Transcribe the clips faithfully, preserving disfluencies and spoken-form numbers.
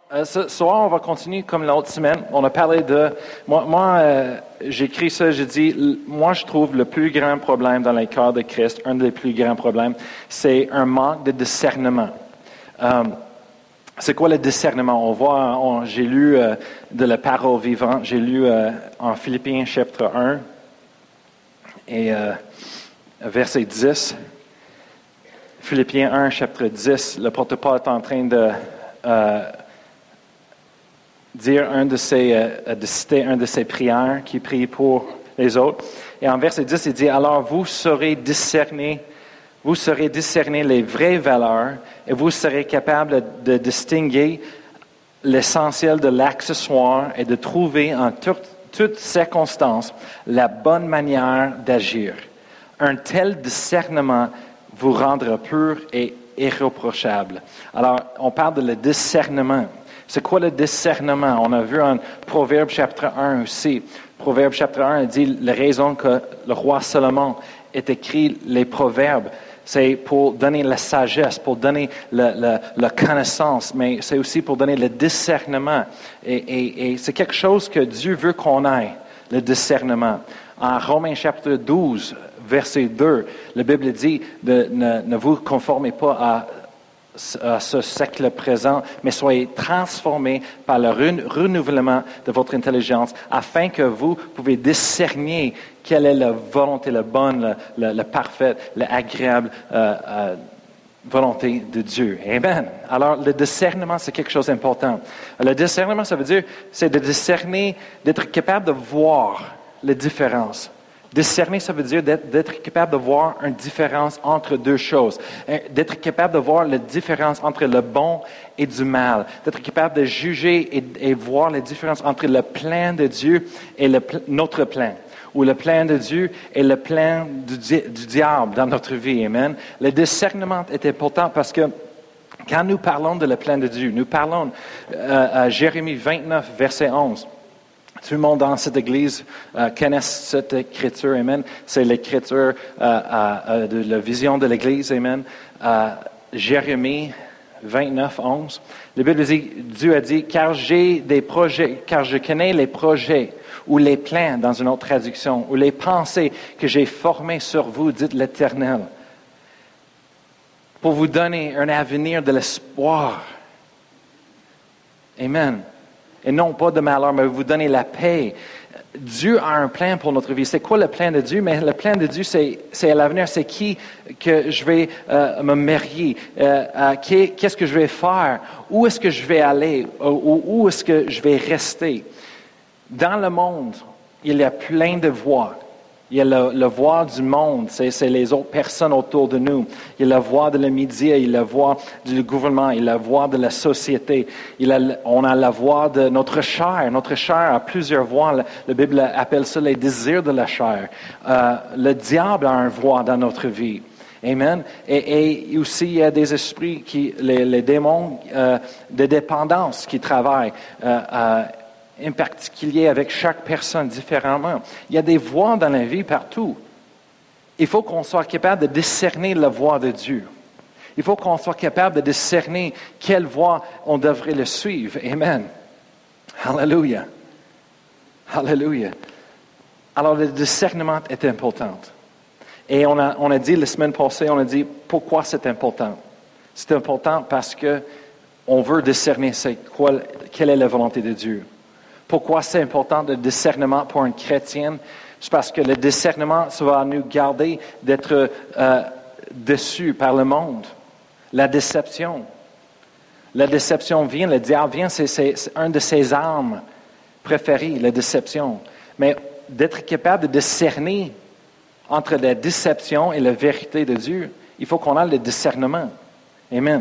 Euh, ce soir, on va continuer comme l'autre semaine. On a parlé de... Moi, moi euh, j'ai écrit ça, j'ai dit, moi, je trouve le plus grand problème dans les cœurs de Christ, un des plus grands problèmes, c'est un manque de discernement. Euh, c'est quoi le discernement? On voit, on, j'ai lu euh, de la parole vivante, j'ai lu euh, en Philippiens chapitre un et euh, verset dix. Philippiens un, chapitre dix, le porte-Paul est en train de... Euh, dire un de ses, euh, de citer un de ses prières qui prie pour les autres. Et en verset dix, il dit, « Alors vous saurez discerner, vous saurez discerner les vraies valeurs et vous serez capable de distinguer l'essentiel de l'accessoire et de trouver en tout, toutes circonstances la bonne manière d'agir. Un tel discernement vous rendra pur et irréprochable. » Alors, on parle de le discernement. C'est quoi le discernement? On a vu en Proverbe chapitre un aussi. Proverbe chapitre un dit la raison que le roi Salomon ait écrit les proverbes, c'est pour donner la sagesse, pour donner la, la, la connaissance, mais c'est aussi pour donner le discernement. Et, et, et c'est quelque chose que Dieu veut qu'on ait, le discernement. En Romains chapitre douze, verset deux, la Bible dit de, ne, ne vous conformez pas à à ce siècle présent, mais soyez transformés par le renouvellement de votre intelligence, afin que vous pouvez discerner quelle est la volonté, la bonne, la, la parfaite, l'agréable euh, euh, volonté de Dieu. Amen. Alors, le discernement, c'est quelque chose d'important. Le discernement, ça veut dire, c'est de discerner, d'être capable de voir les différences. Discerner, ça veut dire d'être, d'être capable de voir une différence entre deux choses, d'être capable de voir la différence entre le bon et du mal, d'être capable de juger et, et voir la différence entre le plan de Dieu et le, notre plan, ou le plan de Dieu et le plan du, du diable dans notre vie. Amen. Le discernement est important parce que quand nous parlons de le plan de Dieu, nous parlons euh, à Jérémie vingt-neuf, verset onze. Tout le monde dans cette église euh, connaît cette écriture, amen. C'est l'écriture euh, euh, de la vision de l'église, amen. Euh, Jérémie vingt-neuf, onze. La Bible dit, Dieu a dit, car j'ai des projets, car je connais les projets ou les plans, dans une autre traduction, ou les pensées que j'ai formées sur vous, dit l'Éternel, pour vous donner un avenir de l'espoir. Amen. Et non pas de malheur, mais vous donner la paix. Dieu a un plan pour notre vie. C'est quoi le plan de Dieu? Mais le plan de Dieu, c'est, c'est à l'avenir. C'est qui que je vais euh, me marier? Euh, euh, qu'est-ce que je vais faire? Où est-ce que je vais aller? Où, où est-ce que je vais rester? Dans le monde, il y a plein de voies. Il y a le, le voix du monde, c'est, c'est les autres personnes autour de nous. Il y a la voix de la média, il y a la voix du gouvernement, il y a la voix de la société. Il y a, on a la voix de notre chair. Notre chair a plusieurs voix. La, la Bible appelle ça les désirs de la chair. Euh, le diable a une voix dans notre vie. Amen. Et, et aussi, il y a des esprits, qui, les, les démons euh, de dépendance qui travaillent. Euh, euh, en particulier avec chaque personne différemment. Il y a des voix dans la vie partout. Il faut qu'on soit capable de discerner la voix de Dieu. Il faut qu'on soit capable de discerner quelle voix on devrait le suivre. Amen. Hallelujah. Hallelujah. Alors, le discernement est important. Et on a, on a dit la semaine passée, on a dit pourquoi c'est important. C'est important parce que on veut discerner c'est quoi, quelle est la volonté de Dieu. Pourquoi c'est important le discernement pour un chrétien? C'est parce que le discernement, ça va nous garder d'être euh, déçus par le monde. La déception. La déception vient, le diable vient, c'est, c'est, c'est un de ses armes préférées, la déception. Mais d'être capable de discerner entre la déception et la vérité de Dieu, il faut qu'on ait le discernement. Amen.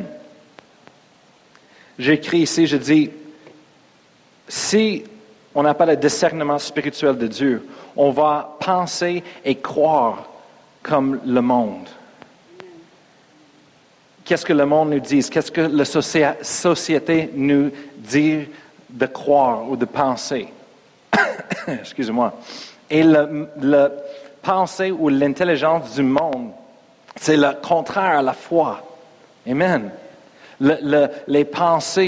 J'écris ici, je dis, si on n'a pas le discernement spirituel de Dieu, on va penser et croire comme le monde. Qu'est-ce que le monde nous dit? Qu'est-ce que la société nous dit de croire ou de penser? Excusez-moi. Et le, le pensée ou l'intelligence du monde, c'est le contraire à la foi. Amen. Le, le, les pensées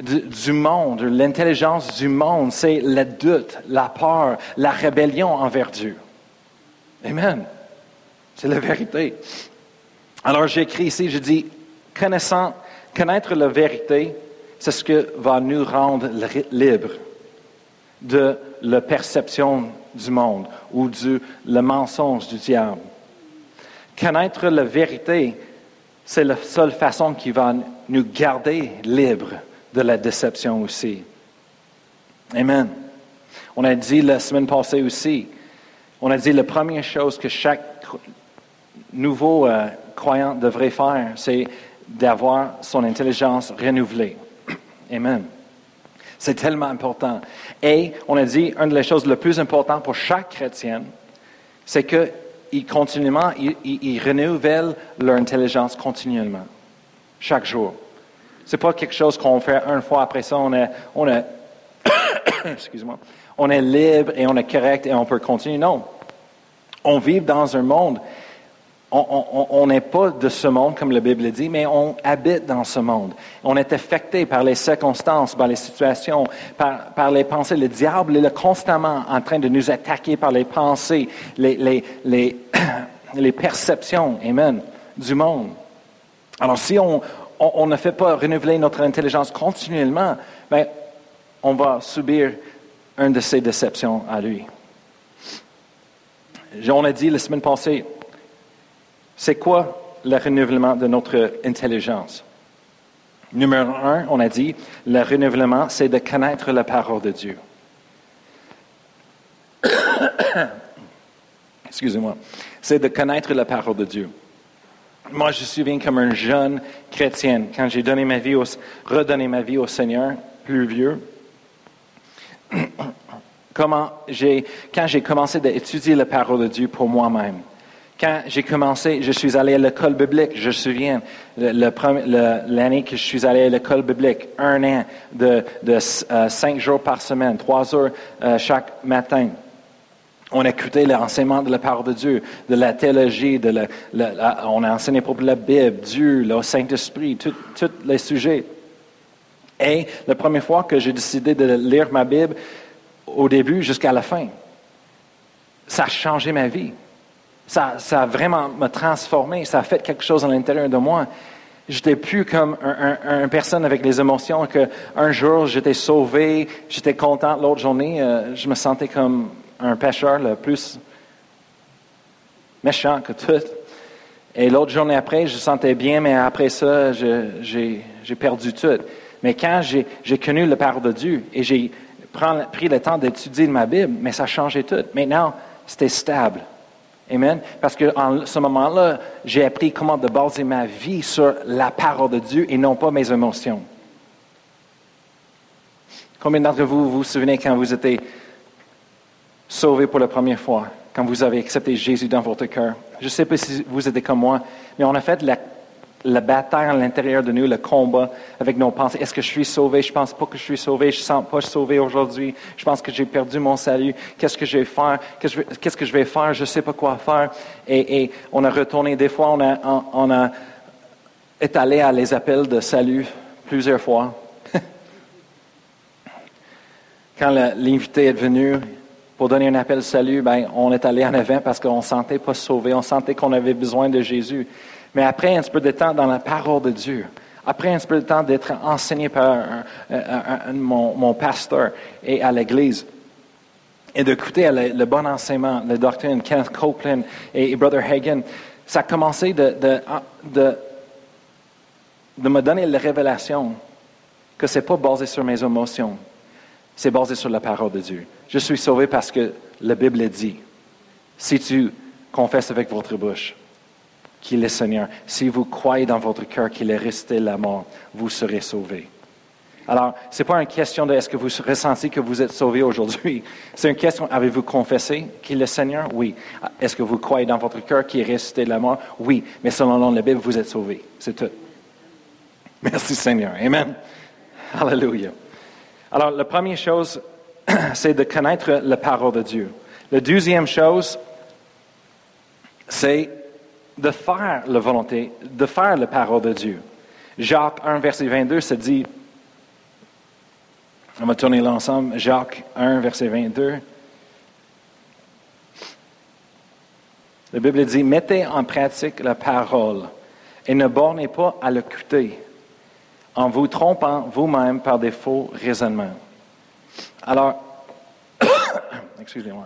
du, du monde, l'intelligence du monde, c'est le doute, la peur, la rébellion envers Dieu. Amen. C'est la vérité. Alors j'ai écrit ici, je dis, connaissant, connaître la vérité, c'est ce que va nous rendre libres de la perception du monde ou du le mensonge du diable. Connaître la vérité, c'est la seule façon qui va nous garder libres de la déception aussi. Amen. On a dit la semaine passée aussi, on a dit la première chose que chaque nouveau euh, croyant devrait faire, c'est d'avoir son intelligence renouvelée. Amen. C'est tellement important. Et on a dit, une des choses les plus importantes pour chaque chrétien, c'est qu'ils continuellement, ils, ils, ils renouvellent leur intelligence continuellement, chaque jour. C'est pas quelque chose qu'on fait une fois après ça, on est, on est, excuse-moi, on est libre et on est correct et on peut continuer. Non. On vit dans un monde, on n'est pas de ce monde, comme la Bible dit, mais on habite dans ce monde. On est affecté par les circonstances, par les situations, par, par les pensées. Le diable est constamment en train de nous attaquer par les pensées, les, les, les, les perceptions, amen, du monde. Alors, si on, on, on ne fait pas renouveler notre intelligence continuellement, bien, on va subir une de ces déceptions à lui. On a dit la semaine passée, c'est quoi le renouvellement de notre intelligence? Numéro un, on a dit, le renouvellement, c'est de connaître la parole de Dieu. Excusez-moi. C'est de connaître la parole de Dieu. Moi, je me souviens comme un jeune chrétien, quand j'ai donné ma vie au, redonné ma vie au Seigneur, plus vieux, comment j'ai, quand j'ai commencé à étudier la parole de Dieu pour moi-même. Quand j'ai commencé, je suis allé à l'école biblique, je me souviens, le, le premier, le, l'année que je suis allé à l'école biblique, un an de, de euh, cinq jours par semaine, trois heures euh, chaque matin. On écoutait l'enseignement de la parole de Dieu, de la théologie, de la, la, la, on a enseigné pour la Bible, Dieu, le Saint-Esprit, tous les sujets. Et la première fois que j'ai décidé de lire ma Bible, au début jusqu'à la fin, ça a changé ma vie. Ça, ça a vraiment me transformé, ça a fait quelque chose à l'intérieur de moi. J'étais plus comme un, un, un personne avec des émotions que un jour j'étais sauvé, j'étais content, l'autre journée euh, je me sentais comme un pécheur le plus méchant que tout. Et l'autre journée après, je me sentais bien, mais après ça, je, j'ai, j'ai perdu tout. Mais quand j'ai, j'ai connu la parole de Dieu et j'ai prend, pris le temps d'étudier ma Bible, mais ça a changé tout. Maintenant, c'était stable. Amen. Parce qu'en ce moment-là, j'ai appris comment de baser ma vie sur la parole de Dieu et non pas mes émotions. Combien d'entre vous vous vous souvenez quand vous étiez sauvés pour la première fois, quand vous avez accepté Jésus dans votre cœur? Je ne sais pas si vous êtes comme moi, mais on a fait la, la bataille à l'intérieur de nous, le combat avec nos pensées. Est-ce que je suis sauvé? Je ne pense pas que je suis sauvé. Je ne sens pas sauvé aujourd'hui. Je pense que j'ai perdu mon salut. Qu'est-ce que je vais faire? Qu'est-ce que je vais, qu'est-ce que je vais faire? Je ne sais pas quoi faire. Et, et on a retourné. Des fois, on a, on, on a est allé à les appels de salut plusieurs fois. Quand le, l'invité est venu pour donner un appel de salut, ben, on est allé en avant parce qu'on ne se sentait pas sauvé. On sentait qu'on avait besoin de Jésus. Mais après un petit peu de temps dans la parole de Dieu, après un petit peu de temps d'être enseigné par un, un, un, un, mon, mon pasteur et à l'église, et d'écouter le, le bon enseignement, la doctrine, Kenneth Copeland et, et Brother Hagin, ça a commencé de, de, de, de me donner la révélation que ce n'est pas basé sur mes émotions, c'est basé sur la parole de Dieu. Je suis sauvé parce que la Bible dit, si tu confesses avec votre bouche qu'il est Seigneur, si vous croyez dans votre cœur qu'il est resté la mort, vous serez sauvés. Alors, ce n'est pas une question de est-ce que vous ressentez que vous êtes sauvés aujourd'hui. C'est une question, avez-vous confessé qu'il est Seigneur? Oui. Est-ce que vous croyez dans votre cœur qu'il est resté la mort? Oui. Mais selon la Bible, vous êtes sauvés. C'est tout. Merci Seigneur. Amen. Alléluia. Alors, la première chose, c'est de connaître la parole de Dieu. La deuxième chose, c'est de faire la volonté, de faire la parole de Dieu. Jacques un, verset vingt-deux, ça dit, On va tourner là ensemble. Jacques un, verset vingt-deux. La Bible dit, mettez en pratique la parole et ne bornez pas à l'écouter en vous trompant vous-même par des faux raisonnements. Alors, excusez-moi,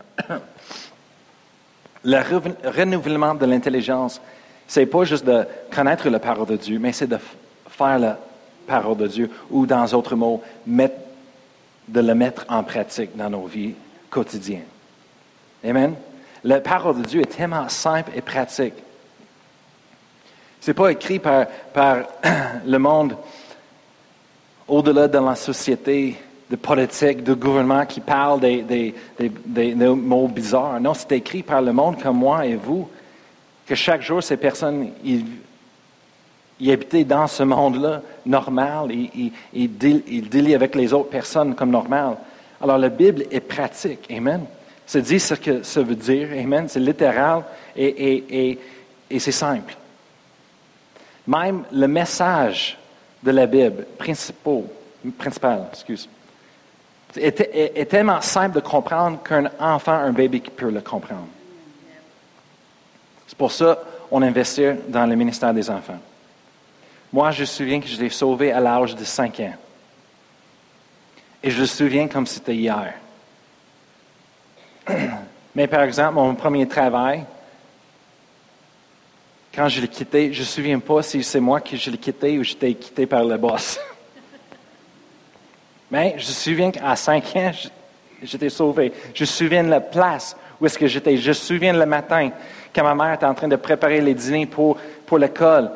le renouvellement de l'intelligence, c'est pas juste de connaître la parole de Dieu, mais c'est de faire la parole de Dieu, ou dans d'autres mots, mettre, de le mettre en pratique dans nos vies quotidiennes. Amen? La parole de Dieu est tellement simple et pratique. Ce n'est pas écrit par, par le monde au-delà de la société, de politique, de gouvernement qui parle des, des, des, des, des mots bizarres. Non, c'est écrit par le monde comme moi et vous, que chaque jour, ces personnes, ils, ils habitaient dans ce monde-là, normal, et ils, ils, ils délient avec les autres personnes comme normal. Alors, la Bible est pratique. Amen. Ça dit ce que ça veut dire. Amen. C'est littéral et, et, et, et c'est simple. Même le message de la Bible, principal, principal excuse, est, est, est tellement simple de comprendre qu'un enfant, un bébé qui peut le comprendre. C'est pour ça qu'on investit dans le ministère des enfants. Moi, je me souviens que je l'ai sauvé à l'âge de cinq ans. Et je me souviens comme c'était hier. Mais par exemple, mon premier travail, quand je l'ai quitté, je ne me souviens pas si c'est moi qui je l'ai quitté ou j'étais quitté par le boss. Mais je me souviens qu'à cinq ans, j'étais sauvé. Je me souviens de la place où est-ce que j'étais. Je me souviens le matin, quand ma mère était en train de préparer les dîners pour, pour l'école.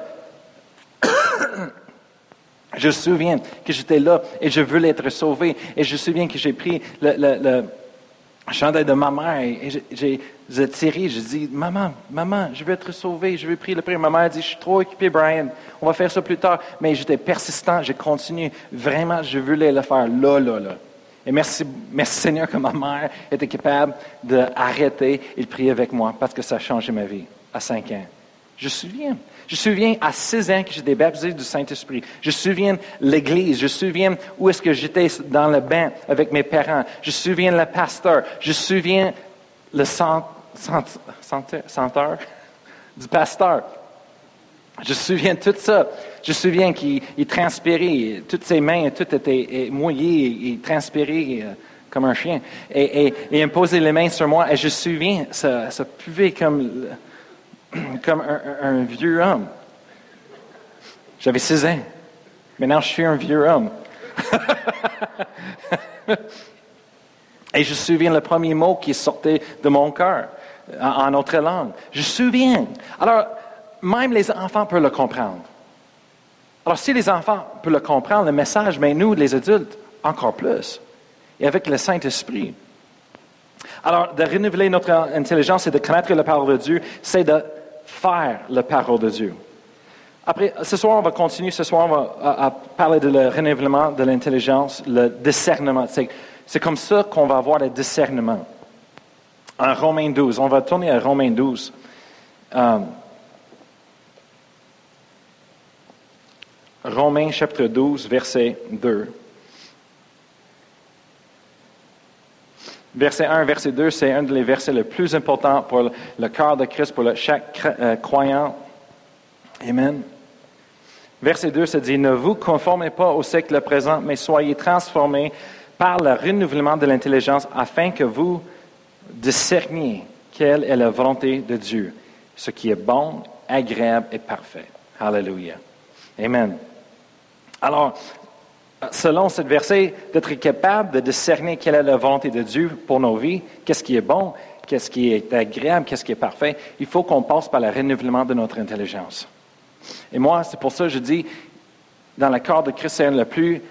Je me souviens que j'étais là et je voulais être sauvé. Et je me souviens que j'ai pris le... le, le chandail de ma mère, et j'ai, j'ai, j'ai tiré, j'ai dit, maman, maman, je veux être sauvé, je veux prier le prière. Ma mère a dit, je suis trop occupé, Brian, on va faire ça plus tard. Mais j'étais persistant, j'ai continué. Vraiment, je voulais le faire là, là, là. Et merci, merci Seigneur que ma mère était capable d'arrêter et de prier avec moi, parce que ça a changé ma vie à cinq ans. Je me souviens. Je me souviens à six ans que j'étais baptisé du Saint-Esprit. Je me souviens de l'Église. Je me souviens où est-ce que j'étais dans le bain avec mes parents. Je me souviens le pasteur. Je me souviens le cent, cent, centeur, centeur du pasteur. Je me souviens de tout ça. Je me souviens qu'il il transpirait. Toutes ses mains, tout était mouillé. Il transpirait comme un chien. Et, et, et il me posait les mains sur moi. Et je me souviens, ça, ça puait comme... comme un, un, un vieux homme. J'avais six ans. Maintenant, je suis un vieux homme. Et je me souviens le premier mot qui sortait de mon cœur en, en autre langue. Je me souviens. Alors, même les enfants peuvent le comprendre. Alors, si les enfants peuvent le comprendre, le message, mais nous, les adultes, encore plus. Et avec le Saint-Esprit. Alors, de renouveler notre intelligence et de connaître la parole de Dieu, c'est de faire la parole de Dieu. Après, ce soir, on va continuer. Ce soir, on va à, à parler de le renouvellement de l'intelligence, le discernement. C'est, c'est comme ça qu'on va avoir le discernement. En Romains douze, on va tourner à Romains douze. Um, Romains chapitre douze, verset deux. Verset un, verset deux, c'est un des versets les plus importants pour le, le cœur de Christ, pour le, chaque euh, croyant. Amen. Verset deux, ça dit, « Ne vous conformez pas au siècle présent, mais soyez transformés par le renouvellement de l'intelligence, afin que vous discerniez quelle est la volonté de Dieu, ce qui est bon, agréable et parfait. » Alléluia. Amen. Alors, selon ce verset, d'être capable de discerner quelle est la volonté de Dieu pour nos vies, qu'est-ce qui est bon, qu'est-ce qui est agréable, qu'est-ce qui est parfait, il faut qu'on passe par le renouvellement de notre intelligence. Et moi, c'est pour ça que je dis, dans le corps de Christ, c'est le plus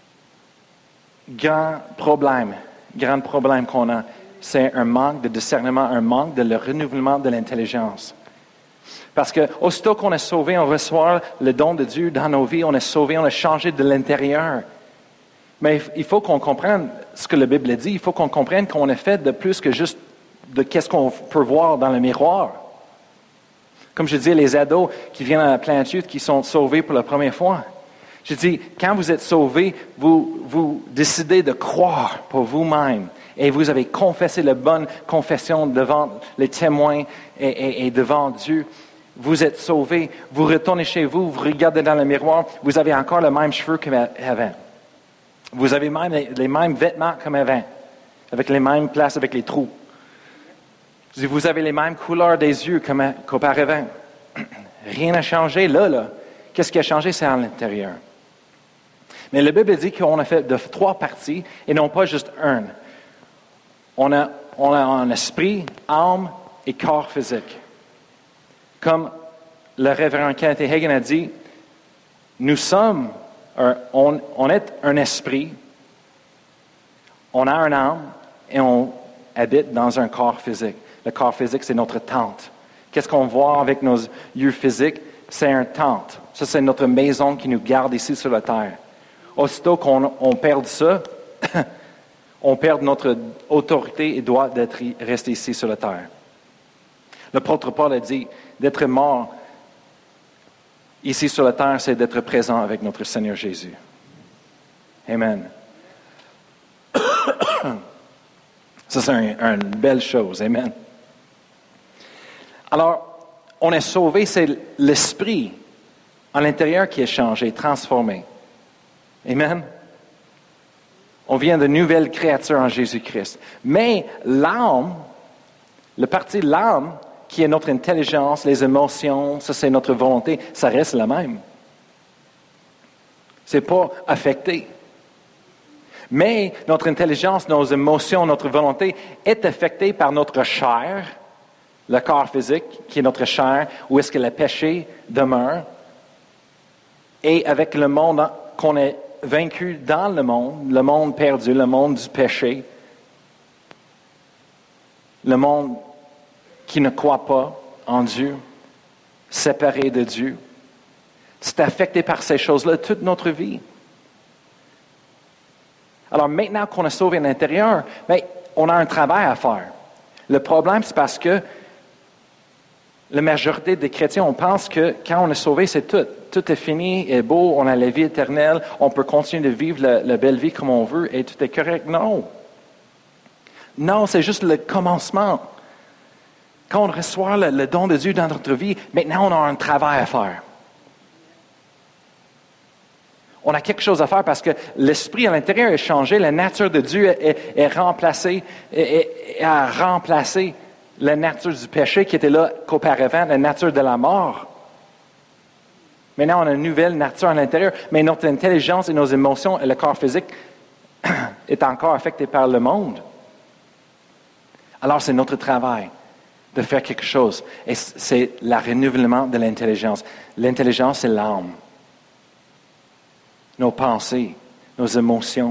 grand problème, grand problème qu'on a, c'est un manque de discernement, un manque de le renouvellement de l'intelligence. Parce que aussitôt qu'on est sauvé, on reçoit le don de Dieu dans nos vies, on est sauvé, on est changé de l'intérieur. Mais il faut qu'on comprenne ce que la Bible dit, il faut qu'on comprenne qu'on est fait de plus que juste de qu'est-ce qu'on peut voir dans le miroir. Comme je dis, les ados qui viennent à la plénitude, qui sont sauvés pour la première fois. Je dis, quand vous êtes sauvés, vous, vous décidez de croire pour vous-même et vous avez confessé la bonne confession devant les témoins et, et, et devant Dieu. Vous êtes sauvés, vous retournez chez vous, vous regardez dans le miroir, vous avez encore les mêmes cheveux qu'avant. Vous avez même les, les mêmes vêtements comme avant, avec les mêmes places, avec les trous. Vous avez les mêmes couleurs des yeux comme, qu'auparavant. Rien n'a changé là, là. Qu'est-ce qui a changé? C'est à l'intérieur. Mais la Bible dit qu'on a fait de trois parties et non pas juste une. On a, on a un esprit, âme et corps physique. Comme le révérend Kenneth Hagin a dit, nous sommes, un, on, on est un esprit, on a une âme et on habite dans un corps physique. Le corps physique, c'est notre tente. Qu'est-ce qu'on voit avec nos yeux physiques? C'est une tente. Ça, c'est notre maison qui nous garde ici sur la terre. Aussitôt qu'on on perd ça, on perd notre autorité et doit d'être resté ici sur la terre. L'apôtre Paul a dit, d'être mort ici sur la terre, c'est d'être présent avec notre Seigneur Jésus. Amen. Ça, c'est un, une belle chose. Amen. Alors, on est sauvé, c'est l'esprit à l'intérieur qui est changé, transformé. Amen. On vient de nouvelles créatures en Jésus-Christ. Mais l'âme, le parti de l'âme, qui est notre intelligence, les émotions, ça c'est notre volonté, ça reste la même. C'est pas affecté. Mais notre intelligence, nos émotions, notre volonté est affectée par notre chair, le corps physique, qui est notre chair, où est-ce que le péché demeure. Et avec le monde qu'on est vaincu dans le monde, le monde perdu, le monde du péché, le monde qui ne croit pas en Dieu, séparé de Dieu. C'est affecté par ces choses-là toute notre vie. Alors maintenant qu'on est sauvé à l'intérieur, bien, on a un travail à faire. Le problème, c'est parce que la majorité des chrétiens, on pense que quand on est sauvé, c'est tout. Tout est fini, est beau, on a la vie éternelle, on peut continuer de vivre la, la belle vie comme on veut et tout est correct. Non. Non, c'est juste le commencement. Quand on reçoit le, le don de Dieu dans notre vie, maintenant on a un travail à faire. On a quelque chose à faire parce que l'esprit à l'intérieur est changé, la nature de Dieu est, est, est remplacée, est, est, a remplacé la nature du péché qui était là qu'auparavant, la nature de la mort. Maintenant, on a une nouvelle nature à l'intérieur, mais notre intelligence et nos émotions et le corps physique est encore affecté par le monde. Alors, c'est notre travail de faire quelque chose. Et c'est le renouvellement de l'intelligence. L'intelligence, c'est l'âme. Nos pensées, nos émotions.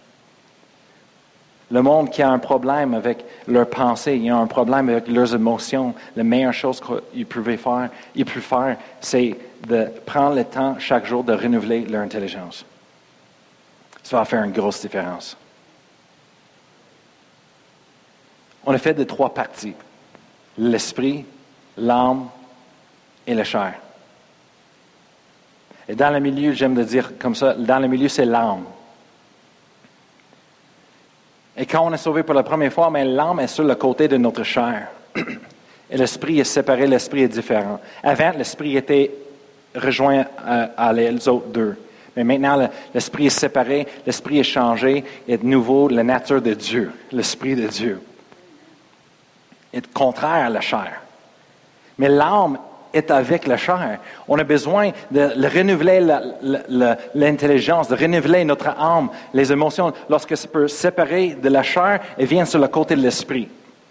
Le monde qui a un problème avec leurs pensées, il a un problème avec leurs émotions, la meilleure chose qu'ils peuvent faire, ils peuvent faire, c'est de prendre le temps chaque jour de renouveler leur intelligence. Ça va faire une grosse différence. On a fait de trois parties. L'esprit, l'âme et la chair. Et dans le milieu, j'aime de dire comme ça, dans le milieu, c'est l'âme. Et quand on est sauvé pour la première fois, mais l'âme est sur le côté de notre chair. Et l'esprit est séparé, l'esprit est différent. Avant, l'esprit était rejoint à, à les autres deux. Mais maintenant, l'esprit est séparé, l'esprit est changé, et de nouveau, la nature de Dieu, l'esprit de Dieu, est contraire à la chair. Mais l'âme est avec la chair. On a besoin de renouveler la, la, la, l'intelligence, de renouveler notre âme, les émotions. Lorsque ça peut se séparer de la chair et vient sur le côté de l'esprit.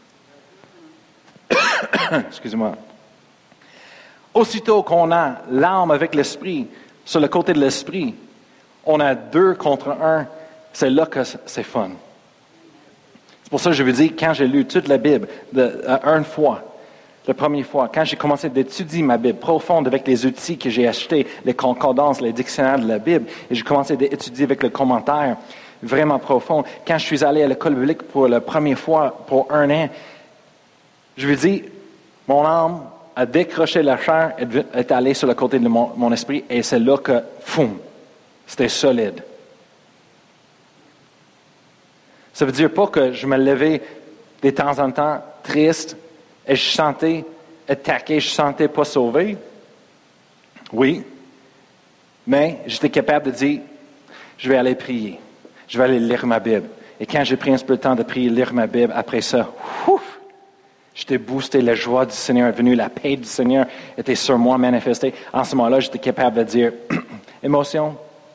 Excusez-moi. Aussitôt qu'on a l'âme avec l'esprit, sur le côté de l'esprit, on a deux contre un. C'est là que c'est fun. C'est pour ça que je veux dire, quand j'ai lu toute la Bible, de, euh, une fois, la première fois, quand j'ai commencé d'étudier ma Bible profonde avec les outils que j'ai achetés, les concordances, les dictionnaires de la Bible, et j'ai commencé d'étudier avec le commentaire vraiment profond. Quand je suis allé à l'école biblique pour la première fois, pour un an, je veux dire, mon âme a décroché la chair, est allée sur le côté de mon, mon esprit, et c'est là que, foum, C'était solide. Ça veut dire pas que je me levais de temps en temps triste et je sentais attaqué, je sentais pas sauvé. Oui, mais j'étais capable de dire, je vais aller prier, je vais aller lire ma Bible. Et quand j'ai pris un peu de temps de prier, lire ma Bible, après ça, ouf, j'étais boosté, la joie du Seigneur est venue, la paix du Seigneur était sur moi manifestée. En ce moment-là, j'étais capable de dire, émotion,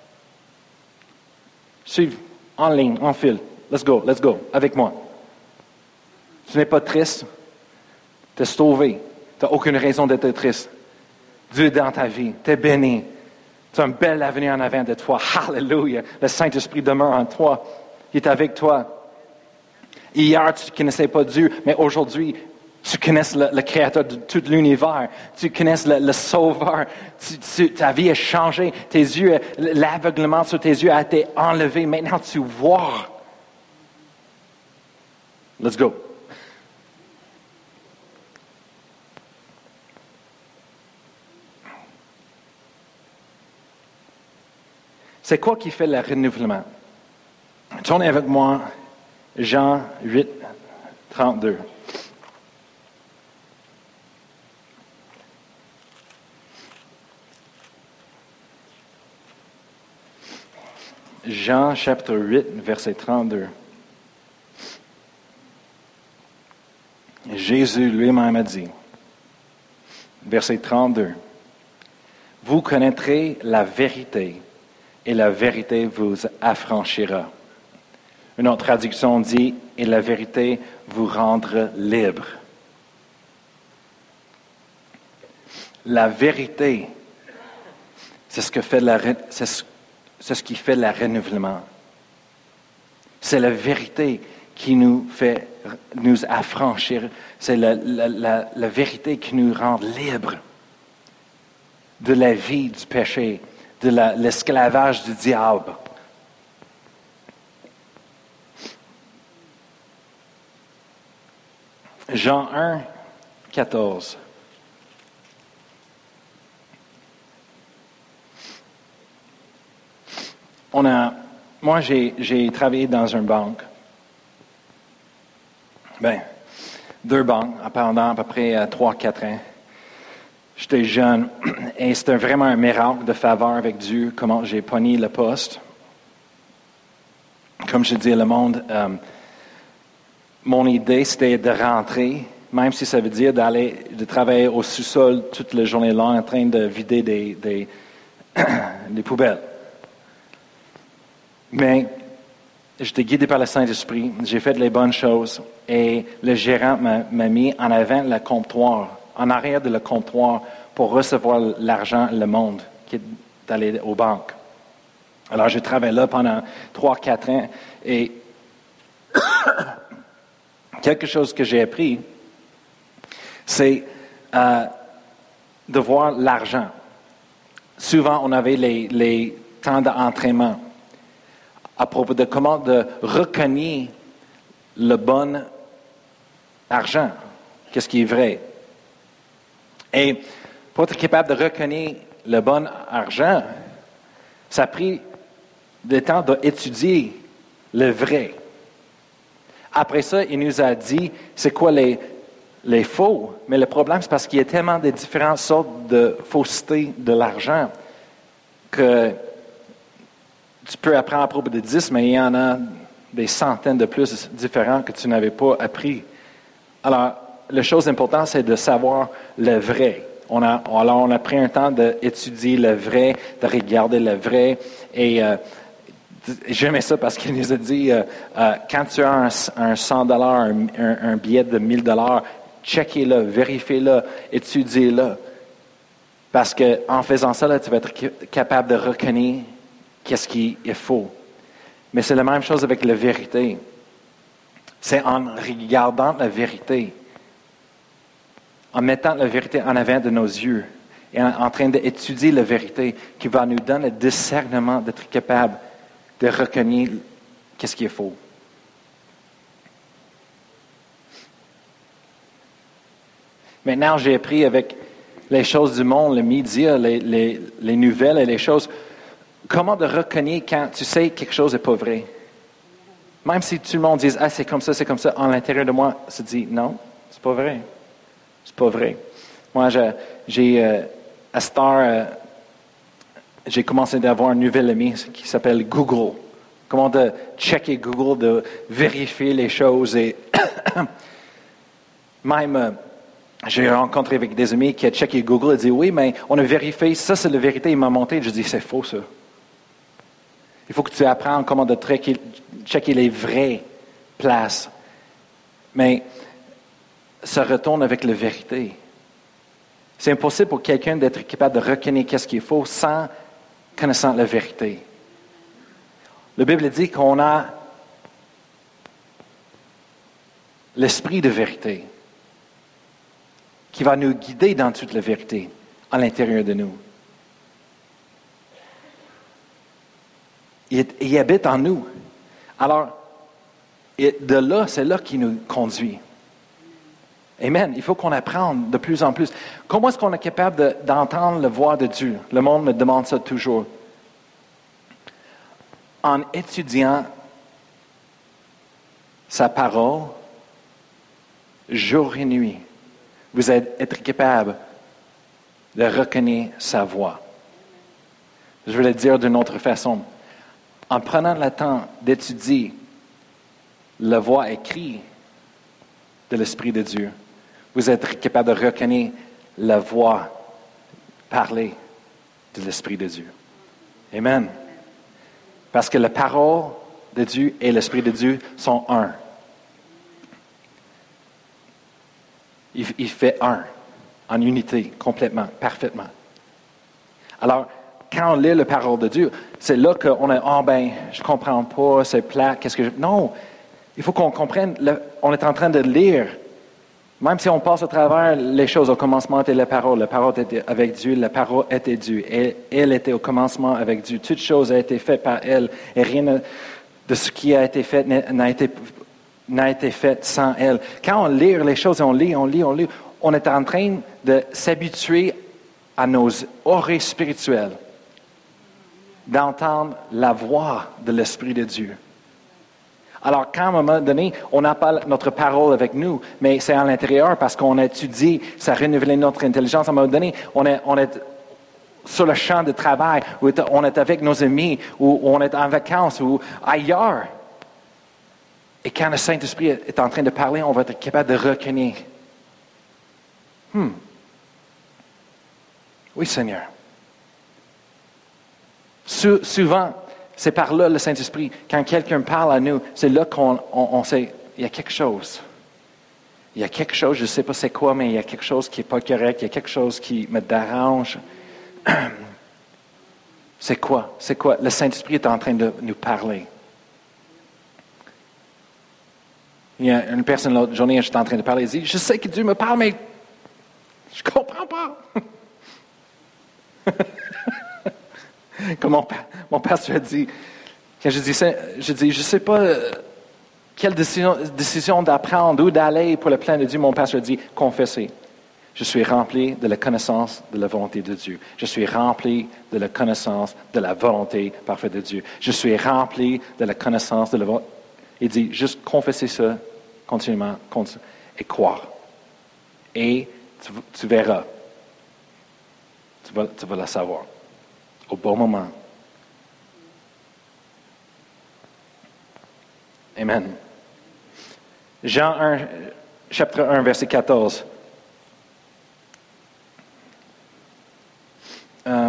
suive, en ligne, en fil, let's go, let's go, avec moi. Tu n'es pas triste, tu es sauvé, tu n'as aucune raison d'être triste. Dieu est dans ta vie, tu es béni, tu as un bel avenir en avant de toi. Hallelujah, le Saint-Esprit demeure en toi, il est avec toi. Hier, tu ne connaissais pas Dieu, mais aujourd'hui, tu connais le, le Créateur de tout l'univers. Tu connais le, le Sauveur. Tu, tu, ta vie a changé. Tes yeux, l'aveuglement sur tes yeux a été enlevé. Maintenant, tu vois. Let's go. C'est quoi qui fait le renouvellement? Tournez avec moi, Jean huit, trente-deux. Jean chapitre huit, verset trente-deux. Jésus lui-même a dit, verset trente-deux, « Vous connaîtrez la vérité, et la vérité vous affranchira. » Une autre traduction dit, « Et la vérité vous rendra libre. » La vérité, c'est ce que fait la, c'est ce, c'est ce qui fait le renouvellement. C'est la vérité qui nous fait nous affranchir. C'est la, la, la, la vérité qui nous rend libres de la vie du péché, de la, l'esclavage du diable. Jean un, quatorze. On a, moi, j'ai, j'ai travaillé dans une banque. Bien, deux banques pendant à peu près trois, quatre ans. J'étais jeune et c'était vraiment un miracle de faveur avec Dieu, comment j'ai pogné le poste. Comme je dis à le monde, euh, mon idée c'était de rentrer, même si ça veut dire d'aller, de travailler au sous-sol toute la journée longue en train de vider des, des, des poubelles. Mais j'étais guidé par le Saint-Esprit, j'ai fait les bonnes choses et le gérant m'a, m'a mis en avant le comptoir, en arrière de le comptoir pour recevoir l'argent, le monde qui est allé aux banques. Alors, je travaillais là pendant trois, quatre ans et quelque chose que j'ai appris, c'est euh, de voir l'argent. Souvent, on avait les, les temps d'entraînement à propos de comment de reconnaître le bon argent, qu'est-ce qui est vrai. Et pour être capable de reconnaître le bon argent, ça a pris du temps d'étudier le vrai. Après ça, il nous a dit c'est quoi les, les faux. Mais le problème, c'est parce qu'il y a tellement de différentes sortes de fausseté de l'argent que tu peux apprendre à propos de dix, mais il y en a des centaines de plus différents que tu n'avais pas appris. Alors, la chose importante, c'est de savoir le vrai. On a, alors, on a pris un temps d'étudier le vrai, de regarder le vrai. Et euh, j'aimais ça parce qu'il nous a dit, euh, euh, quand tu as un, un cent dollars, un, un, un billet de mille dollars, checkez-le, vérifiez-le, étudiez-le. Parce qu'en faisant ça, là, tu vas être capable de reconnaître qu'est-ce qui est faux. Mais c'est la même chose avec la vérité. C'est en regardant la vérité, en mettant la vérité en avant de nos yeux et en, en train d'étudier la vérité qui va nous donner le discernement d'être capable de reconnaître qu'est-ce qui est faux. Maintenant, j'ai appris avec les choses du monde, les médias, les, les, les nouvelles et les choses, Comment de reconnaître quand tu sais que quelque chose n'est pas vrai? Même si tout le monde dit, ah, c'est comme ça, c'est comme ça, en l'intérieur de moi, se dit, non, c'est pas vrai. C'est pas vrai. Moi, je, j'ai, euh, à Star, euh, j'ai commencé à avoir un nouvel ami qui s'appelle Google. Comment de checker Google, de vérifier les choses. Et même, euh, j'ai rencontré avec des amis qui ont checké Google et dit, oui, mais on a vérifié, ça c'est la vérité, il m'a monté. Je dis, c'est faux ça. Il faut que tu apprennes comment de checker, checker les vraies places. Mais ça retourne avec la vérité. C'est impossible pour quelqu'un d'être capable de reconnaître qu'est-ce qu'il faut sans connaissant la vérité. La Bible dit qu'on a l'esprit de vérité qui va nous guider dans toute la vérité à l'intérieur de nous. Il, il habite en nous. Alors, de là, c'est là qu'il nous conduit. Amen. Il faut qu'on apprenne de plus en plus. Comment est-ce qu'on est capable de, d'entendre la voix de Dieu? Le monde me demande ça toujours. En étudiant sa parole, jour et nuit, vous allez être capable de reconnaître sa voix. Je vais le dire d'une autre façon. En prenant le temps d'étudier la voix écrite de l'Esprit de Dieu, vous êtes capable de reconnaître la voix parlée de l'Esprit de Dieu. Amen. Parce que la parole de Dieu et l'Esprit de Dieu sont un. Il, il fait un, en unité, complètement, parfaitement. Alors, quand on lit la parole de Dieu, c'est là qu'on a, oh ben, je ne comprends pas, c'est plat, qu'est-ce que je... Non, il faut qu'on comprenne, le, on est en train de lire. Même si on passe à travers les choses, au commencement était la parole, la parole était avec Dieu, la parole était Dieu, et elle était au commencement avec Dieu. Toute chose a été faite par elle, et rien de ce qui a été fait n'a été, n'a été fait sans elle. Quand on lit les choses, on lit, on lit, on lit, on est en train de s'habituer à nos oreilles spirituelles, d'entendre la voix de l'Esprit de Dieu. Alors, quand à un moment donné, on n'a pas notre parole avec nous, mais c'est à l'intérieur parce qu'on a étudié, ça a renouvelé notre intelligence. À un moment donné, on est, on est sur le champ de travail, ou on est avec nos amis, ou on est en vacances, ou ailleurs. Et quand le Saint-Esprit est en train de parler, on va être capable de reconnaître. Hmm. Oui, Seigneur. Sou- souvent, c'est par là, le Saint-Esprit, quand quelqu'un parle à nous, c'est là qu'on on, on sait, il y a quelque chose. Il y a quelque chose, je ne sais pas c'est quoi, mais il y a quelque chose qui n'est pas correct, il y a quelque chose qui me dérange. C'est quoi? C'est quoi? Le Saint-Esprit est en train de nous parler. Il y a une personne l'autre journée, j'étais en train de parler, elle dit, je sais que Dieu me parle, mais je ne comprends pas. Comme mon, mon pasteur a dit, quand je dis ça, je dis, je ne sais pas euh, quelle décision, décision d'apprendre, où d'aller pour le plan de Dieu. Mon pasteur a dit, confessez. Je suis rempli de la connaissance de la volonté de Dieu. Je suis rempli de la connaissance de la volonté parfaite de Dieu. Je suis rempli de la connaissance de la volonté. Il dit, juste confesser ça continuellement continu, et croire. Et tu, tu verras. Tu vas, tu vas le savoir. Au bon moment. Amen. Jean un, chapitre un, verset quatorze. Euh,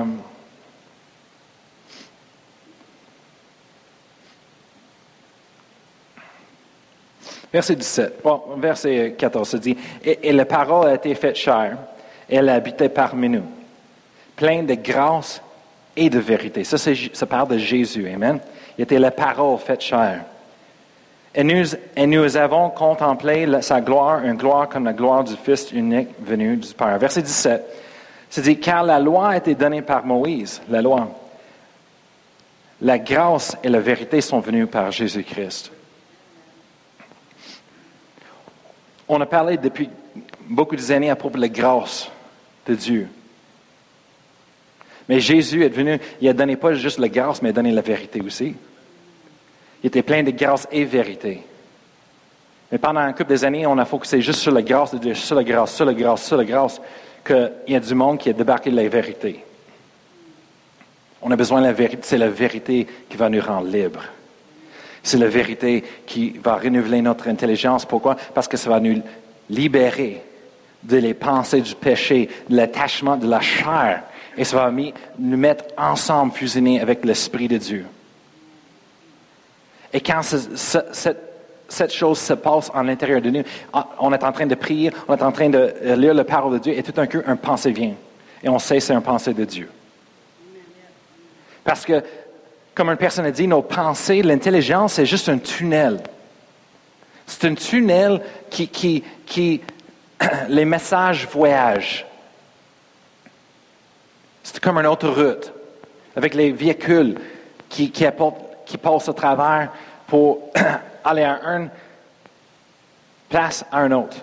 verset dix-sept. Bon, verset quatorze, ça dit, et, et la parole a été faite chair, elle habitait parmi nous, pleine de grâce et de vérité. Ça, c'est, ça parle de Jésus, amen. Il était la parole faite chair. Et nous, et nous avons contemplé la, sa gloire, une gloire comme la gloire du Fils unique venu du Père. Verset dix-sept, c'est dit, car la loi a été donnée par Moïse, la loi. La grâce et la vérité sont venues par Jésus-Christ. On a parlé depuis beaucoup d'années à propos de la grâce de Dieu. Mais Jésus est venu, il a donné pas juste la grâce, mais il a donné la vérité aussi. Il était plein de grâce et vérité. Mais pendant un couple d'années, on a focusé juste sur la grâce de Dieu, sur la grâce, sur la grâce, sur la grâce, qu'il y a du monde qui a débarqué de la vérité. On a besoin de la vérité. C'est la vérité qui va nous rendre libres. C'est la vérité qui va renouveler notre intelligence. Pourquoi? Parce que ça va nous libérer de les pensées du péché, de l'attachement de la chair. Et ça va nous mettre ensemble, fusionnés avec l'Esprit de Dieu. Et quand ce, ce, cette, cette chose se passe en l'intérieur de nous, on est en train de prier, on est en train de lire la parole de Dieu, et tout d'un coup, un pensée vient. Et on sait que c'est un pensée de Dieu. Parce que, comme une personne a dit, nos pensées, l'intelligence, c'est juste un tunnel. C'est un tunnel qui, qui, qui les messages voyagent. C'est comme une autoroute avec les véhicules qui, qui, apportent, qui passent à travers pour aller à une place à une autre.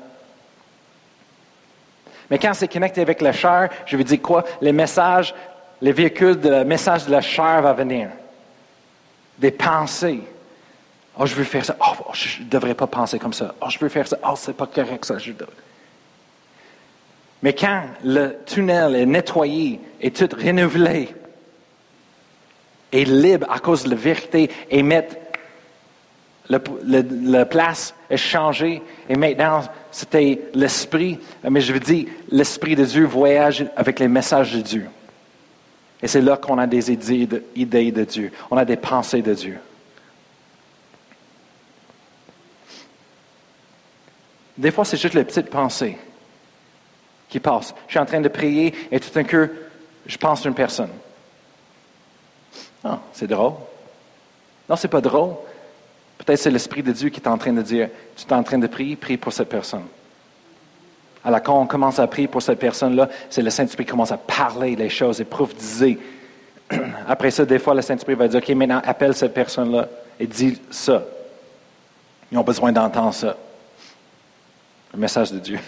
Mais quand c'est connecté avec la chair, je veux dire quoi? Les messages, les véhicules, de, le message de la chair va venir. Des pensées. Oh, je veux faire ça. Oh, je ne devrais pas penser comme ça. Oh, je veux faire ça. Oh, c'est pas correct ça. Je dois... Mais quand le tunnel est nettoyé et tout renouvelé et libre à cause de la vérité et mettre le, le, la place est changée et maintenant c'était l'esprit, mais je veux dire, l'esprit de Dieu voyage avec les messages de Dieu. Et c'est là qu'on a des idées de, idées de Dieu. On a des pensées de Dieu. Des fois, c'est juste les petites pensées qui passent. Je suis en train de prier et tout d'un coup, je pense à une personne. Ah, c'est drôle. Non, c'est pas drôle. Peut-être c'est l'Esprit de Dieu qui est en train de dire, tu es en train de prier, prie pour cette personne. Alors quand on commence à prier pour cette personne-là, c'est le Saint-Esprit qui commence à parler des choses et prophétiser. Après ça, des fois, le Saint-Esprit va dire, OK, maintenant, appelle cette personne-là et dis ça. Ils ont besoin d'entendre ça. Le message de Dieu.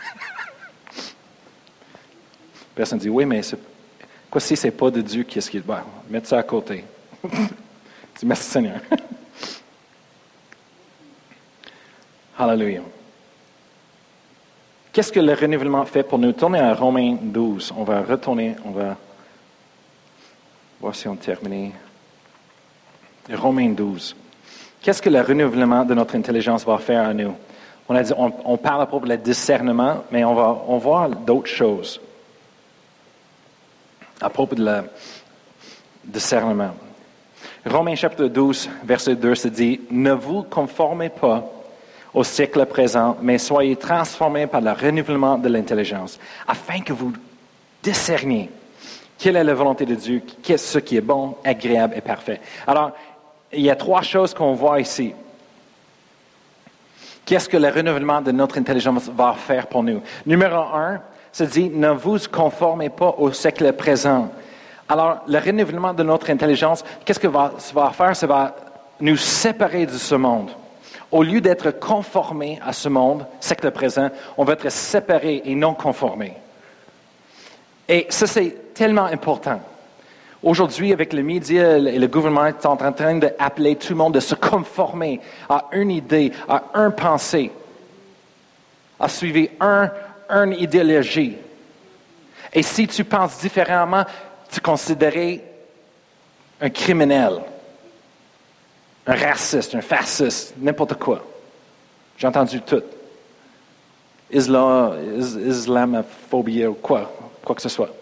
Personne dit, oui, mais c'est... quoi si ce n'est pas de Dieu, qu'est-ce qu'il... Bon, mettre ça à côté. Dis, merci Seigneur. Hallelujah. Qu'est-ce que le renouvellement fait pour nous? Tournez à Romains douze. On va retourner, on va voir si on termine. Romains douze. Qu'est-ce que le renouvellement de notre intelligence va faire à nous? On, a dit, on, on parle à propos du discernement, mais on va on voit d'autres choses à propos de le discernement. Romains chapitre douze, verset deux, se dit, « Ne vous conformez pas au siècle présent, mais soyez transformés par le renouvellement de l'intelligence, afin que vous discerniez quelle est la volonté de Dieu, qu'est-ce qui est bon, agréable et parfait. » Alors, il y a trois choses qu'on voit ici. Qu'est-ce que le renouvellement de notre intelligence va faire pour nous? Numéro un, se dit, ne vous conformez pas au siècle présent. Alors, le renouvellement de notre intelligence, qu'est-ce que va, ça va faire? Ça va nous séparer de ce monde. Au lieu d'être conformés à ce monde, siècle présent, on va être séparés et non conformés. Et ça, c'est tellement important. Aujourd'hui, avec les médias et le gouvernement, ils sont en train d'appeler tout le monde de se conformer à une idée, à une pensée, à suivre un, une idéologie. Et si tu penses différemment, tu es considéré un criminel, un raciste, un fasciste, n'importe quoi. J'ai entendu tout. Islam, is, islamophobie ou quoi, quoi que ce soit.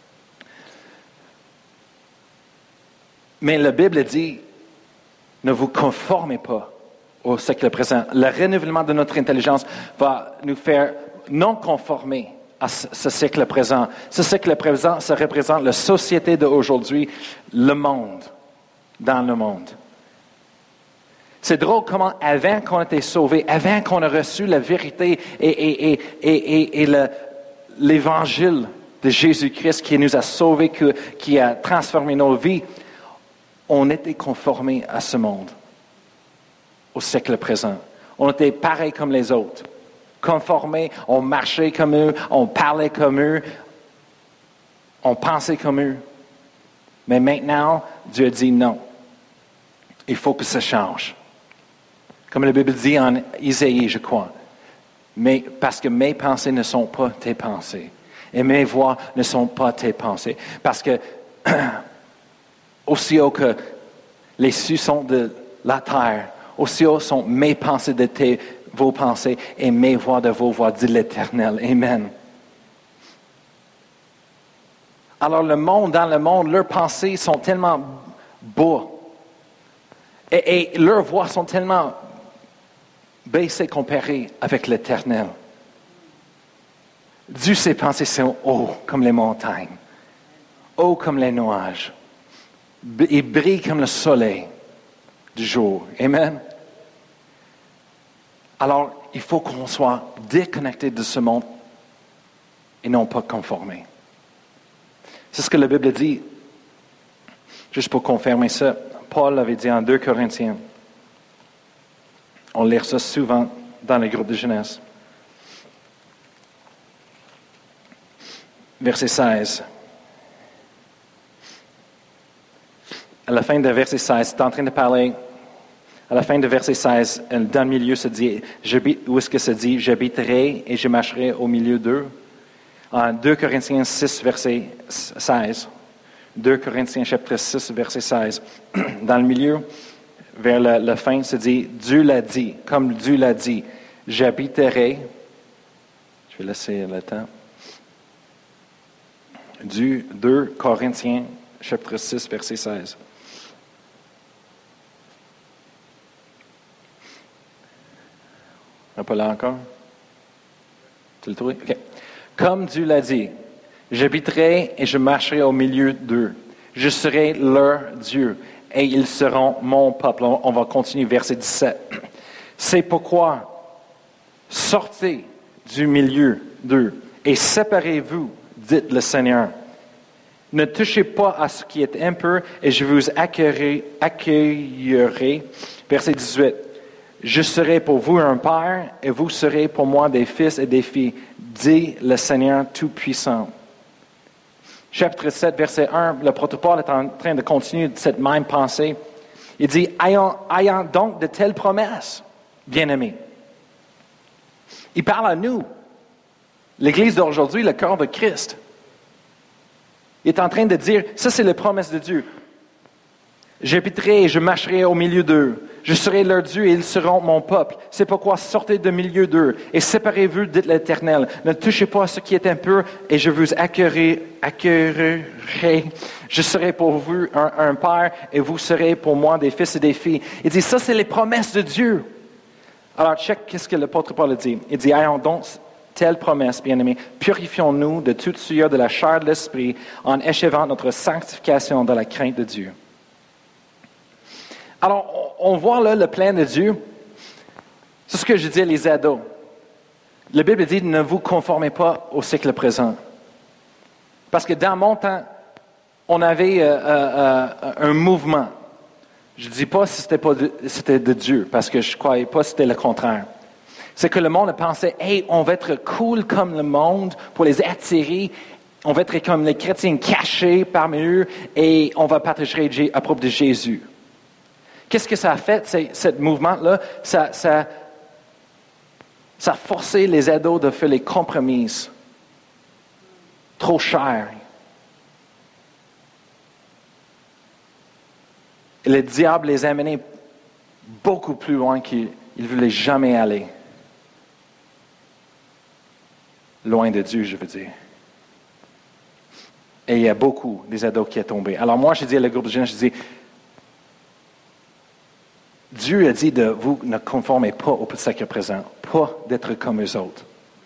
Mais la Bible dit, ne vous conformez pas au siècle présent. Le renouvellement de notre intelligence va nous faire non conformer à ce siècle présent. Ce siècle présent, ça représente la société d'aujourd'hui, le monde, dans le monde. C'est drôle comment, avant qu'on ait été sauvés, avant qu'on ait reçu la vérité et, et, et, et, et, et le, l'évangile de Jésus-Christ qui nous a sauvés, qui, qui a transformé nos vies, on était conformés à ce monde, au siècle présent. On était pareil comme les autres. Conformés, on marchait comme eux, on parlait comme eux, on pensait comme eux. Mais maintenant, Dieu a dit non. Il faut que ça change. Comme la Bible dit en Isaïe, je crois. Mais parce que mes pensées ne sont pas tes pensées. Et mes voix ne sont pas tes pensées. Parce que aussi haut que les cieux sont de la terre, aussi haut sont mes pensées de tes, vos pensées et mes voix de vos voix, dit l'Éternel. Amen. Alors le monde, dans le monde, leurs pensées sont tellement bas. Et, et leurs voix sont tellement baissées comparées avec l'Éternel. Dieu, ses pensées sont hauts comme les montagnes, hauts comme les nuages. Il brille comme le soleil du jour. Amen. Alors, il faut qu'on soit déconnecté de ce monde et non pas conformé. C'est ce que la Bible dit. Juste pour confirmer ça, Paul avait dit en deux Corinthiens. On lit ça souvent dans les groupes de jeunesse. Verset seize. À la fin de verset seize, c'est en train de parler. À la fin de verset seize, dans le milieu, ça dit, où est-ce que ça dit, j'habiterai et je marcherai au milieu d'eux. En deux Corinthiens six, verset seize. deux Corinthiens chapitre six, verset seize. Dans le milieu, vers la, la fin, ça dit, Dieu l'a dit, comme Dieu l'a dit, j'habiterai. Je vais laisser le temps. Du deux Corinthiens chapitre six, verset seize. On n'est pas là encore? Tu l'as trouvé? OK. Comme Dieu l'a dit, j'habiterai et je marcherai au milieu d'eux. Je serai leur Dieu et ils seront mon peuple. On va continuer, verset dix-sept. C'est pourquoi sortez du milieu d'eux et séparez-vous, dit le Seigneur. Ne touchez pas à ce qui est impur et je vous accueillerai. accueillerai. Verset dix-huit. Je serai pour vous un père et vous serez pour moi des fils et des filles, dit le Seigneur Tout-Puissant. Chapitre sept, verset un, le protopole est en train de continuer cette même pensée. Il dit, ayant, ayant donc de telles promesses, bien-aimés. Il parle à nous, l'Église d'aujourd'hui, le corps de Christ. Il est en train de dire, ça c'est les promesses de Dieu. J'habiterai et je marcherai au milieu d'eux. Je serai leur Dieu et ils seront mon peuple. C'est pourquoi sortez du milieu d'eux et séparez-vous, dit l'Éternel. Ne touchez pas à ce qui est impur et je vous accueillerai. accueillerai. Je serai pour vous un, un père et vous serez pour moi des fils et des filles. Il dit, ça c'est les promesses de Dieu. Alors, check qu'est-ce que l'apôtre Paul dit. Il dit, ayons donc telle promesse, bien-aimés, purifions-nous de toute souillure de la chair de l'esprit en achevant notre sanctification dans la crainte de Dieu. Alors, on voit là le plan de Dieu. C'est ce que je dis à les ados. La Bible dit, ne vous conformez pas au siècle présent. Parce que dans mon temps, on avait euh, euh, un mouvement. Je ne dis pas si c'était, pas de, c'était de Dieu, parce que je ne croyais pas que c'était le contraire. C'est que le monde pensait, hey, on va être cool comme le monde pour les attirer. On va être comme les chrétiens cachés parmi eux et on va partager à propos de Jésus. Qu'est-ce que ça a fait, ce mouvement-là? Ça, ça, ça a forcé les ados de faire les compromis. Trop cher. Et le diable les a amenés beaucoup plus loin qu'ils ne voulaient jamais aller. Loin de Dieu, je veux dire. Et il y a beaucoup des ados qui sont tombés. Alors moi, je dis à le groupe de jeunes, je dis, Dieu a dit de vous ne conformez pas au sacre présent, pas d'être comme eux autres.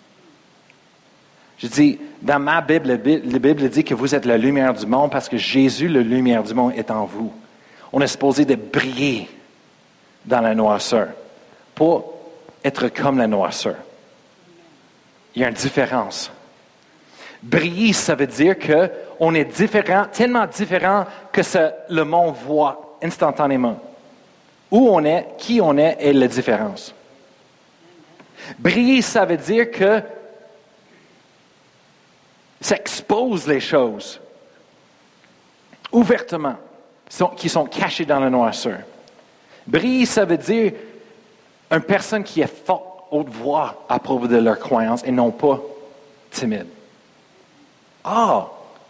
Je dis, dans ma Bible, la Bible dit que vous êtes la lumière du monde parce que Jésus, la lumière du monde, est en vous. On est supposé de briller dans la noirceur, pas être comme la noirceur. Il y a une différence. Briller, ça veut dire qu'on est différent, tellement différent que ça, le monde voit instantanément. Où on est, qui on est et la différence. Briller, ça veut dire que ça expose les choses. ouvertement, sont, qui sont cachés dans la noirceur. Briller, ça veut dire une personne qui est forte, haute voix à propos de leur croyance et non pas timide. Ah!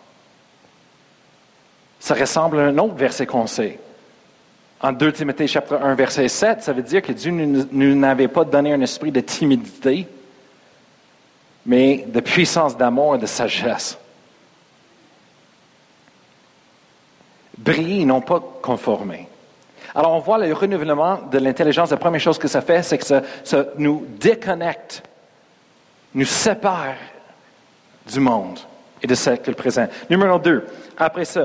Ça ressemble à un autre verset qu'on sait. En deux Timothée chapitre un, verset sept, ça veut dire que Dieu ne nous n'avait pas donné un esprit de timidité, mais de puissance d'amour et de sagesse. Briller, non pas conformer. Alors, on voit le renouvellement de l'intelligence. La première chose que ça fait, c'est que ça, ça nous déconnecte, nous sépare du monde et de ce qu'il présente. Numéro deux, après ça.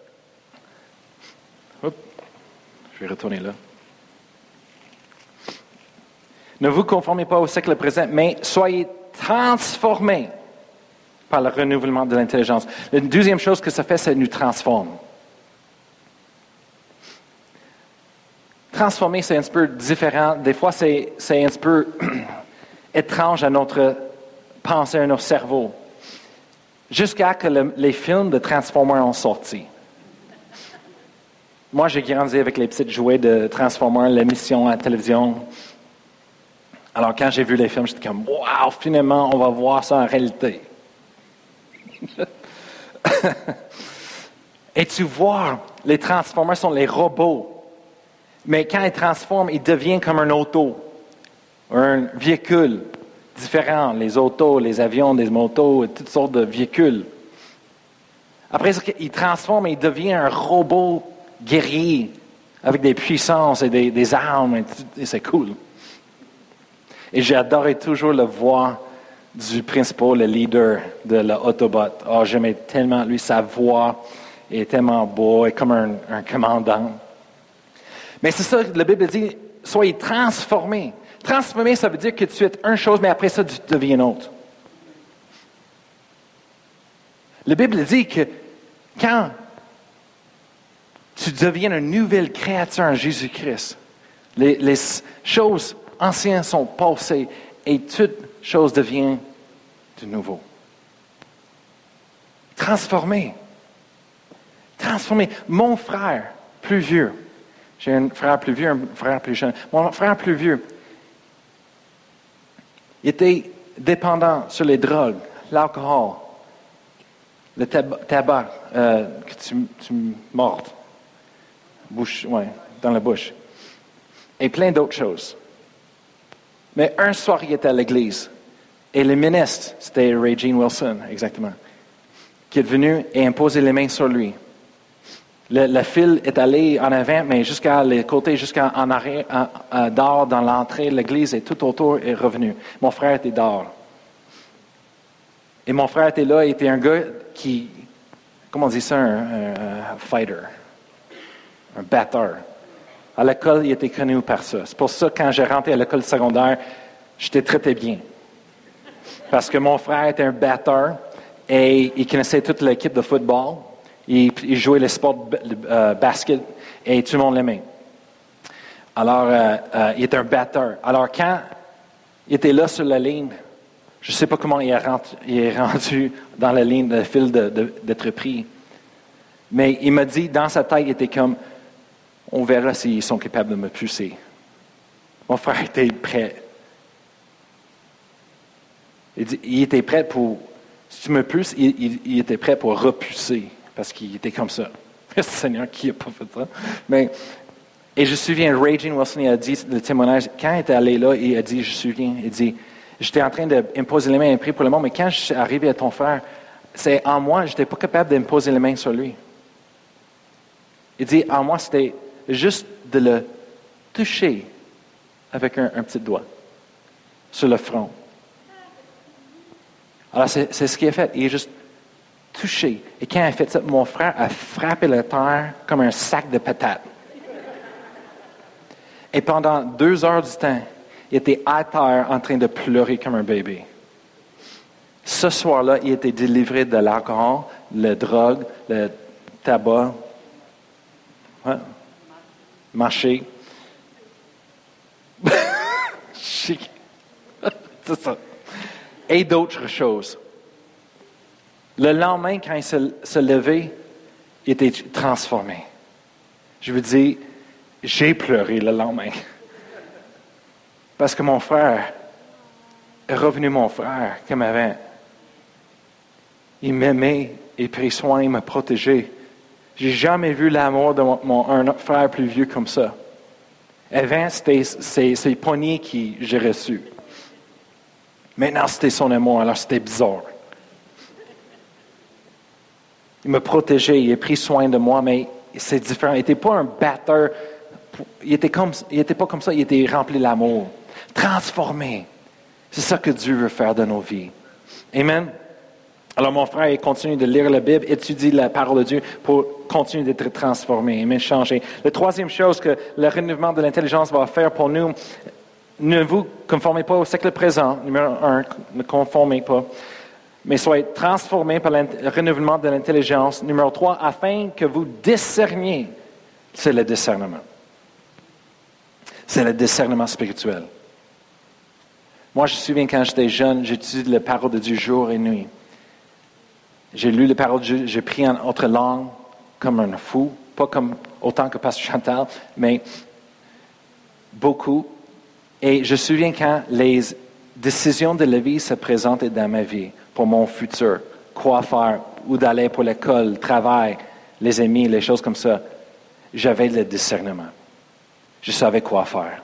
Oups, je vais retourner là. Ne vous conformez pas au siècle présent, mais soyez transformés par le renouvellement de l'intelligence. La deuxième chose que ça fait, c'est nous transforme. Transformer, c'est un petit peu différent. Des fois, c'est, c'est un petit peu étrange à notre pensée, à notre cerveau. Jusqu'à ce que le, les films de Transformers ont sorti. Moi, j'ai grandi avec les petits jouets de Transformers, l'émission à la télévision. Alors, quand j'ai vu les films, j'étais comme « Wow, finalement, on va voir ça en réalité. » Et tu vois, les Transformers sont les robots. Mais quand ils transforment, ils deviennent comme un auto, un véhicule différent. Les autos, les avions, les motos, toutes sortes de véhicules. Après ça, ils transforment et ils deviennent un robot guerrier avec des puissances et des, des armes. Et, tout, et c'est cool. Et j'ai adoré toujours la voix du principal, le leader de l'Autobot. Oh, j'aimais tellement lui, sa voix est tellement beau, et comme un, un commandant. Mais c'est ça, la Bible dit, soyez transformés. Transformés, ça veut dire que tu es une chose, mais après ça, tu deviens une autre. La Bible dit que quand tu deviens une nouvelle créature en Jésus-Christ, les, les choses anciennes sont passées et toute chose devient de nouveau. Transformé. Transformé. Mon frère, plus vieux, j'ai un frère plus vieux, un frère plus jeune. Mon frère plus vieux, il était dépendant sur les drogues, l'alcool, le tab- tabac euh, que tu, tu mordes, bouche, ouais, dans la bouche, et plein d'autres choses. Mais un soir, il était à l'église, et le ministre, c'était Ray Gene Wilson, exactement, qui est venu et imposé les mains sur lui. Le, le fil est allé en avant, mais jusqu'à les côtés, jusqu'en en arrière, en, en, dehors dans l'entrée de l'église, et tout autour est revenu. Mon frère était dehors. Et mon frère était là, il était un gars qui, comment on dit ça, un, un, un fighter, un batteur. À l'école, il était connu par ça. C'est pour ça que quand j'ai rentré à l'école secondaire, j'étais traité bien. Parce que mon frère était un batteur et il connaissait toute l'équipe de football. Il, il jouait le sport euh, basket et tout le monde l'aimait. Alors, euh, euh, il était un batteur. Alors, quand il était là sur la ligne, je ne sais pas comment il est, rendu, il est rendu dans la ligne de fil de, de, d'être pris. Mais il m'a dit, dans sa tête, il était comme, on verra s'ils sont capables de me pousser. Mon frère était prêt. Il, dit, il était prêt pour, si tu me pousses, il, il, il était prêt pour repousser. Parce qu'il était comme ça. Seigneur, qui n'a pas fait ça? Mais, et je me souviens, Ray Gene Wilson, il a dit le témoignage, quand il était allé là, il a dit, je me souviens, il dit, j'étais en train d'imposer les mains et prier pour le monde, mais quand je suis arrivé à ton frère, c'est en moi, je n'étais pas capable d'imposer les mains sur lui. Il dit, en moi, c'était juste de le toucher avec un, un petit doigt sur le front. Alors, c'est, c'est ce qu'il a fait. Il est juste touché. Et quand il a fait ça, mon frère a frappé la terre comme un sac de patates. Et pendant deux heures du temps, il était à terre en train de pleurer comme un bébé. Ce soir-là, il était délivré de l'alcool, la drogue, le tabac, hein? Marché. Chic. C'est ça. Et d'autres choses. Le lendemain, quand il se, se levait, il était transformé. Je veux dire, j'ai pleuré le lendemain. Parce que mon frère est revenu mon frère comme avant. Il m'aimait, il prit soin, il m'a protégé. J'ai jamais vu l'amour de mon, mon un frère plus vieux comme ça. Avant, c'était ses, ses poignées que j'ai reçues. Maintenant, c'était son amour, alors c'était bizarre. Il m'a protégé, il a pris soin de moi, mais c'est différent. Il n'était pas un batteur. Il n'était était pas comme ça, il était rempli d'amour. Transformé. C'est ça que Dieu veut faire dans nos vies. Amen. Alors mon frère, il continue de lire la Bible, étudie la parole de Dieu pour continuer d'être transformé, amen, changer. La troisième chose que le renouvellement de l'intelligence va faire pour nous, ne vous conformez pas au siècle présent, numéro un, ne conformez pas, mais soyez transformés par le renouvellement de l'intelligence. Numéro trois, afin que vous discerniez, c'est le discernement. C'est le discernement spirituel. Moi, je me souviens quand j'étais jeune, j'étudiais la parole de Dieu jour et nuit. J'ai lu la parole de Dieu, j'ai pris en autre langue comme un fou, pas comme autant que Pasteur Chantal, mais beaucoup. Et je me souviens quand les décisions de la vie se présentaient dans ma vie pour mon futur, quoi faire, où d'aller pour l'école, le travail, les amis, les choses comme ça, j'avais le discernement. Je savais quoi faire.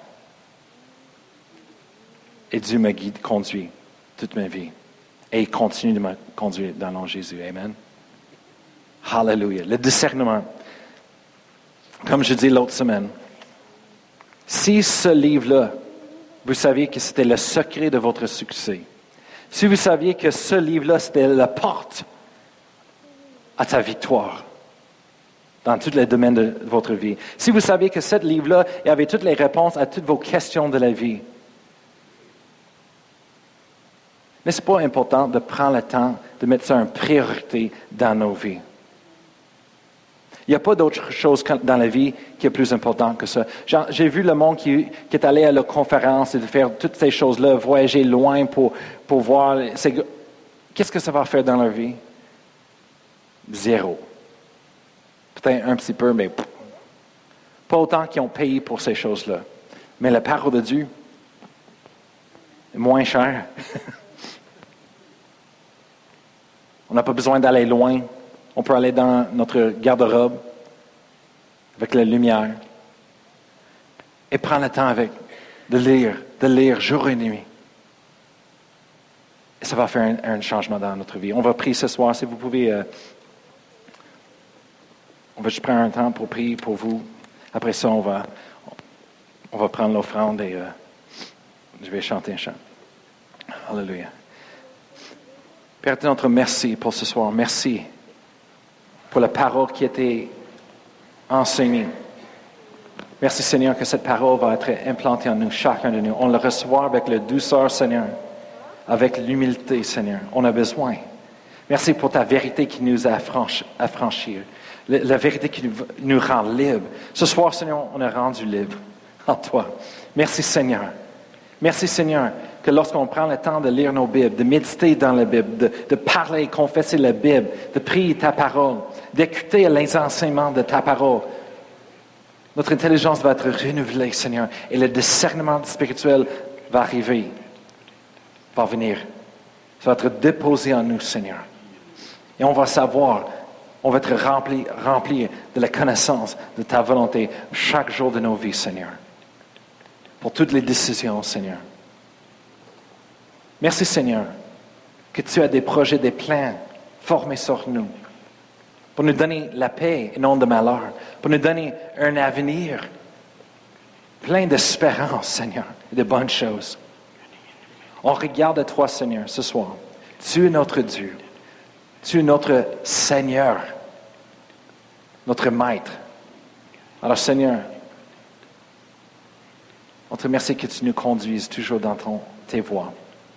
Et Dieu me guide, conduit toute ma vie. Et il continue de me conduire dans le nom de Jésus. Amen. Hallelujah. Le discernement. Comme je dis l'autre semaine, si ce livre-là, vous saviez que c'était le secret de votre succès, si vous saviez que ce livre-là, c'était la porte à ta victoire dans tous les domaines de votre vie, si vous saviez que ce livre-là il avait toutes les réponses à toutes vos questions de la vie, n'est-ce pas important de prendre le temps de mettre ça en priorité dans nos vies? Il n'y a pas d'autre chose dans la vie qui est plus important que ça. J'ai vu le monde qui, qui est allé à la conférence et de faire toutes ces choses-là, voyager loin pour, pour voir. Qu'est-ce que ça va faire dans leur vie? Zéro. Peut-être un petit peu, mais pas autant qu'ils ont payé pour ces choses-là. Mais la parole de Dieu est moins chère. On n'a pas besoin d'aller loin. On peut aller dans notre garde-robe avec la lumière et prendre le temps avec de lire, de lire jour et nuit. Et ça va faire un, un changement dans notre vie. On va prier ce soir. Si vous pouvez, euh, on va juste prendre un temps pour prier pour vous. Après ça, on va, on va prendre l'offrande et euh, je vais chanter un chant. Alléluia. Père, notre merci pour ce soir. Merci pour la parole qui a été enseignée. Merci, Seigneur, que cette parole va être implantée en nous, chacun de nous. On la reçoit avec la douceur, Seigneur, avec l'humilité, Seigneur. On a besoin. Merci pour ta vérité qui nous a affranchis. La, la vérité qui nous, nous rend libres. Ce soir, Seigneur, on est rendu libre en toi. Merci, Seigneur. Merci, Seigneur, que lorsqu'on prend le temps de lire nos Bibles, de méditer dans la Bible, de, de parler et confesser la Bible, de prier ta parole, d'écouter les enseignements de ta parole, notre intelligence va être renouvelée, Seigneur, et le discernement spirituel va arriver, va venir. Ça va être déposé en nous, Seigneur. Et on va savoir, on va être rempli, rempli de la connaissance de ta volonté chaque jour de nos vies, Seigneur. Pour toutes les décisions, Seigneur. Merci, Seigneur, que tu as des projets, des plans formés sur nous, pour nous donner la paix et non de malheur, pour nous donner un avenir plein d'espérance, Seigneur, et de bonnes choses. On regarde à toi, Seigneur, ce soir. Tu es notre Dieu. Tu es notre Seigneur, notre Maître. Alors, Seigneur, on te remercie que tu nous conduises toujours dans ton, tes voies.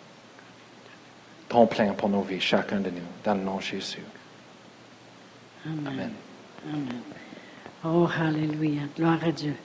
Ton plein pour nos vies, chacun de nous, dans le nom de Jésus. Amen. Amen. Amen. Oh, Alléluia. Gloire à Dieu.